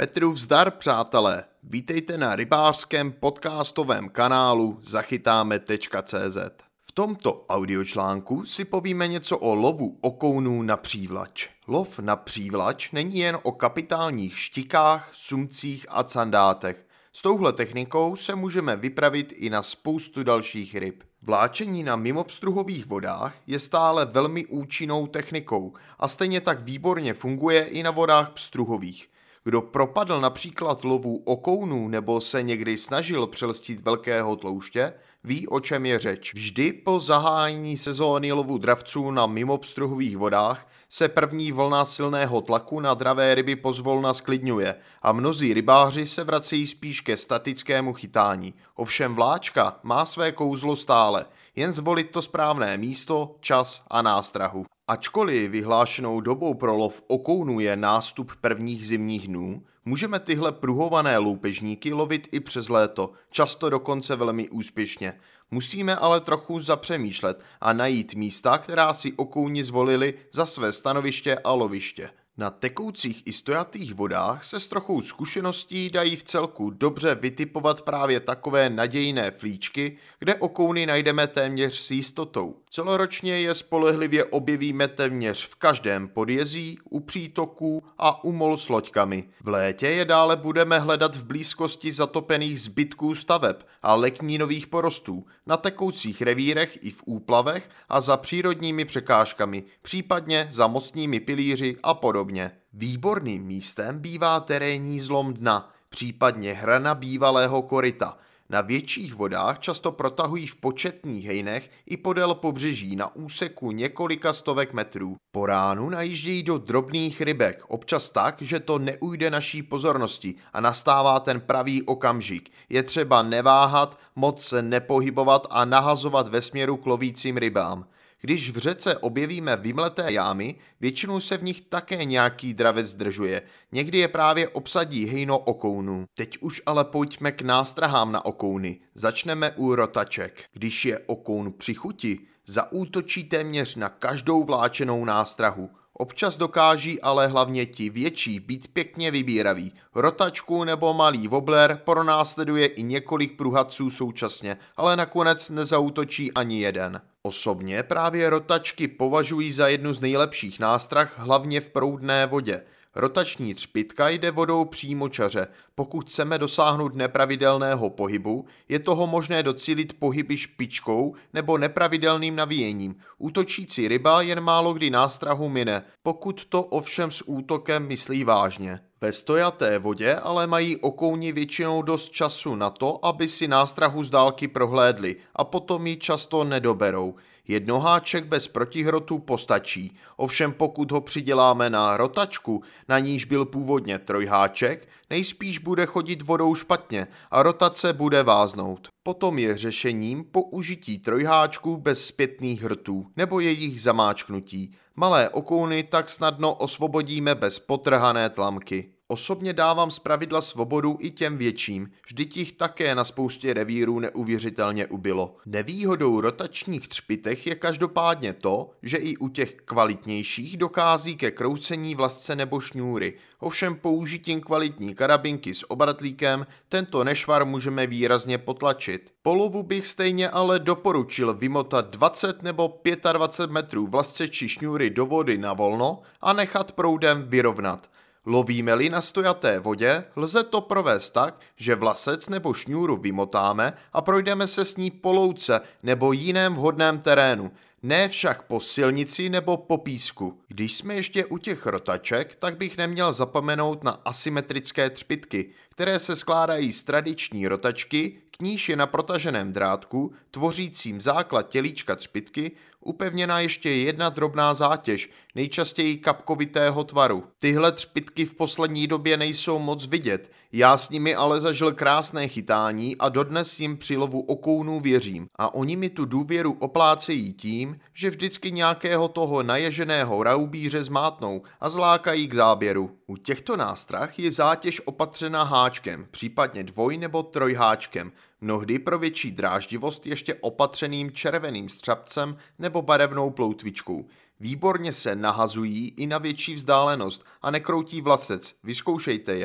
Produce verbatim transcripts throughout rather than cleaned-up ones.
Petrův zdar, přátelé, vítejte na rybářském podcastovém kanálu zachytáme tečka cé zet. V tomto audiočlánku si povíme něco o lovu okounů na přívlač. Lov na přívlač není jen o kapitálních štikách, sumcích a candátech. S touhle technikou se můžeme vypravit i na spoustu dalších ryb. Vláčení na mimopstruhových vodách je stále velmi účinnou technikou a stejně tak výborně funguje i na vodách pstruhových. Kdo propadl například lovu okounů nebo se někdy snažil přelstit velkého tlouště, ví, o čem je řeč. Vždy po zahájení sezóny lovu dravců na mimopstruhových vodách se první vlna silného tlaku na dravé ryby pozvolna sklidňuje a mnozí rybáři se vracejí spíš ke statickému chytání. Ovšem vláčka má své kouzlo stále, jen zvolit to správné místo, čas a nástrahu. Ačkoliv vyhlášenou dobou pro lov okounů je nástup prvních zimních dnů, můžeme tyhle pruhované loupežníky lovit i přes léto, často dokonce velmi úspěšně. Musíme ale trochu zapřemýšlet a najít místa, která si okouni zvolili za své stanoviště a loviště. Na tekoucích i stojatých vodách se s trochou zkušeností dají v celku dobře vytipovat právě takové nadějné flíčky, kde okouny najdeme téměř s jistotou. Celoročně je spolehlivě objevíme téměř v každém podjezí, u přítoků a u mol s loďkami. V létě je dále budeme hledat v blízkosti zatopených zbytků staveb a leknínových porostů, na tekoucích revírech i v úplavech a za přírodními překážkami, případně za mostními pilíři a podobně. Výborným místem bývá terénní zlom dna, případně hrana bývalého koryta. Na větších vodách často protahují v početných hejnech i podél pobřeží na úseku několika stovek metrů. Po ránu najíždějí do drobných rybek, občas tak, že to neujde naší pozornosti a nastává ten pravý okamžik. Je třeba neváhat, moc se nepohybovat a nahazovat ve směru k lovícím rybám. Když v řece objevíme vymleté jámy, většinou se v nich také nějaký dravec zdržuje. Někdy je právě obsadí hejno okounů. Teď už ale pojďme k nástrahám na okouny. Začneme u rotaček. Když je okoun při chuti, zaútočí téměř na každou vláčenou nástrahu. Občas dokáží ale hlavně ti větší být pěkně vybíravý. Rotačku nebo malý wobbler pronásleduje i několik pruhaců současně, ale nakonec nezaútočí ani jeden. Osobně právě rotačky považuji za jednu z nejlepších nástrah, hlavně v proudné vodě. Rotační třpitka jde vodou přímočaře. Pokud chceme dosáhnout nepravidelného pohybu, je toho možné docílit pohyby špičkou nebo nepravidelným navíjením. Útočící ryba jen málo kdy nástrahu mine, pokud to ovšem s útokem myslí vážně. Ve stojaté vodě ale mají okouni většinou dost času na to, aby si nástrahu z dálky prohlédli a potom ji často nedoberou. Jednoháček bez protihrotu postačí, ovšem pokud ho přiděláme na rotačku, na níž byl původně trojháček, nejspíš bude chodit vodou špatně a rotace bude váznout. Potom je řešením použití trojháčků bez zpětných hrtů nebo jejich zamáčknutí. Malé okouny tak snadno osvobodíme bez potrhané tlamky. Osobně dávám zpravidla svobodu i těm větším, vždyť jich také na spoustě revírů neuvěřitelně ubylo. Nevýhodou rotačních třpitech je každopádně to, že i u těch kvalitnějších dochází ke kroucení vlasce nebo šňůry. Ovšem použitím kvalitní karabinky s obratlíkem tento nešvar můžeme výrazně potlačit. Po lovu bych stejně ale doporučil vymotat dvacet nebo dvacet pět metrů vlasce či šňůry do vody na volno a nechat proudem vyrovnat. Lovíme-li na stojaté vodě, lze to provést tak, že vlasec nebo šňůru vymotáme a projdeme se s ní po louce nebo jiném vhodném terénu, ne však po silnici nebo po písku. Když jsme ještě u těch rotaček, tak bych neměl zapomenout na asymetrické třpitky, které se skládají z tradiční rotačky, k níž je na protaženém drátku, tvořícím základ tělíčka třpitky, upevněna ještě jedna drobná zátěž, nejčastěji kapkovitého tvaru. Tyhle třpitky v poslední době nejsou moc vidět, já s nimi ale zažil krásné chytání a dodnes jim při lovu okounů věřím. A oni mi tu důvěru oplácejí tím, že vždycky nějakého toho naježeného raubíře zmátnou a zlákají k záběru. U těchto nástrah je zátěž opatřena háčkem, případně dvoj- nebo trojháčkem, mnohdy pro větší dráždivost ještě opatřeným červeným střapcem nebo barevnou ploutvičkou. Výborně se nahazují i na větší vzdálenost a nekroutí vlasec, vyzkoušejte je.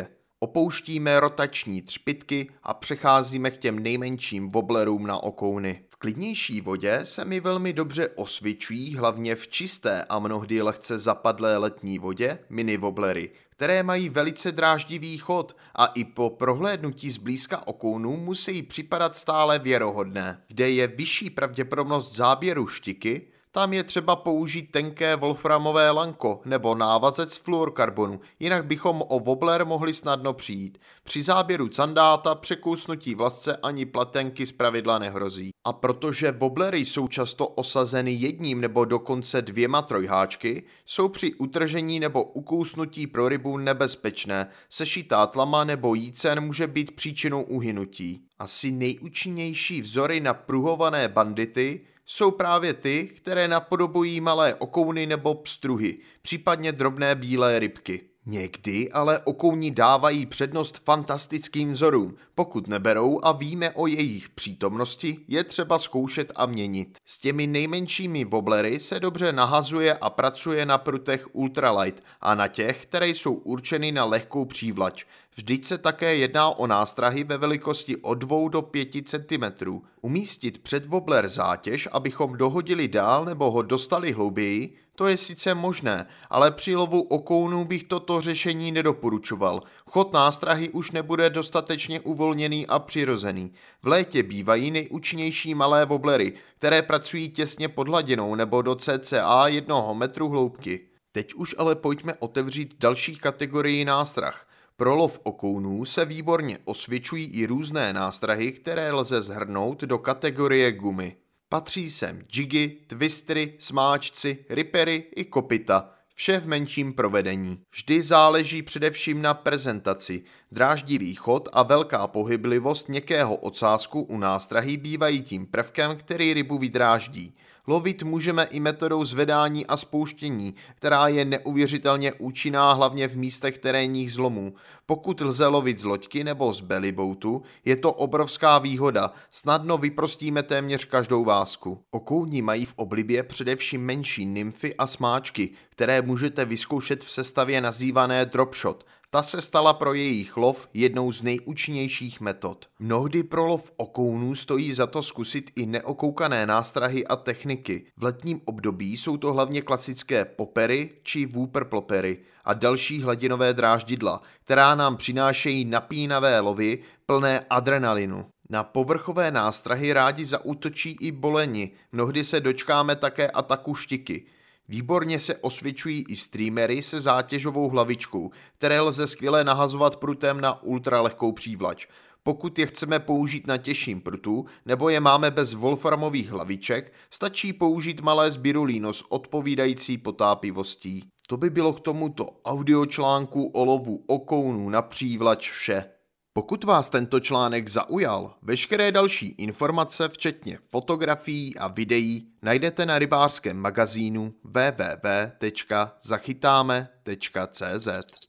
Opouštíme rotační třpytky a přecházíme k těm nejmenším wobblerům na okouny. V klidnější vodě se mi velmi dobře osvědčují hlavně v čisté a mnohdy lehce zapadlé letní vodě mini wobblery, které mají velice dráždivý chod a i po prohlédnutí zblízka okounů musí připadat stále věrohodné. Kde je vyšší pravděpodobnost záběru štiky, tam je třeba použít tenké wolframové lanko nebo návazec fluorkarbonu, jinak bychom o wobbler mohli snadno přijít. Při záběru candáta překousnutí vlasce ani platenky zpravidla nehrozí. A protože wobblery jsou často osazeny jedním nebo dokonce dvěma trojháčky, jsou při utržení nebo ukousnutí pro rybu nebezpečné. Sešitá tlama nebo jícen může být příčinou uhynutí. Asi nejúčinnější vzory na pruhované bandity jsou právě ty, které napodobují malé okouny nebo pstruhy, případně drobné bílé rybky. Někdy ale okouni dávají přednost fantastickým vzorům. Pokud neberou a víme o jejich přítomnosti, je třeba zkoušet a měnit. S těmi nejmenšími wobblery se dobře nahazuje a pracuje na prutech ultralight a na těch, které jsou určeny na lehkou přívlač. Vždyť se také jedná o nástrahy ve velikosti od dvou do pěti centimetrů. Umístit před wobbler zátěž, abychom dohodili dál nebo ho dostali hlouběji, to je sice možné, ale při lovu okounů bych toto řešení nedoporučoval. Chod nástrahy už nebude dostatečně uvolněný a přirozený. V létě bývají nejúčinnější malé wobblery, které pracují těsně pod hladinou nebo do cca jednoho metru hloubky. Teď už ale pojďme otevřít další kategorii nástrah. Pro lov okounů se výborně osvědčují i různé nástrahy, které lze shrnout do kategorie gumy. Patří sem jigy, twistry, smáčci, ripery i kopyta, vše v menším provedení. Vždy záleží především na prezentaci. Dráždivý chod a velká pohyblivost měkkého ocásku u nástrahy bývají tím prvkem, který rybu vydráždí. Lovit můžeme i metodou zvedání a spouštění, která je neuvěřitelně účinná hlavně v místech terénních zlomů. Pokud lze lovit z loďky nebo z bellyboatu, je to obrovská výhoda, snadno vyprostíme téměř každou vásku. Okouni mají v oblibě především menší nymfy a smáčky, které můžete vyzkoušet v sestavě nazývané dropshot. Ta se stala pro jejich lov jednou z nejúčinnějších metod. Mnohdy pro lov okounů stojí za to zkusit i neokoukané nástrahy a techniky. V letním období jsou to hlavně klasické poppery či whooper ploppery a další hladinové dráždidla, která nám přinášejí napínavé lovy plné adrenalinu. Na povrchové nástrahy rádi zaútočí i boleni, mnohdy se dočkáme také ataku štiky. Výborně se osvědčují i streamery se zátěžovou hlavičkou, které lze skvěle nahazovat prutem na ultralehkou přívlač. Pokud je chceme použít na těžším prutu, nebo je máme bez wolframových hlaviček, stačí použít malé sbirulíno s odpovídající potápivostí. To by bylo k tomuto audiočlánku o lovu okounů na přívlač vše. Pokud vás tento článek zaujal, veškeré další informace, včetně fotografií a videí, najdete na rybářském magazínu w w w tečka zachytáme tečka cé zet.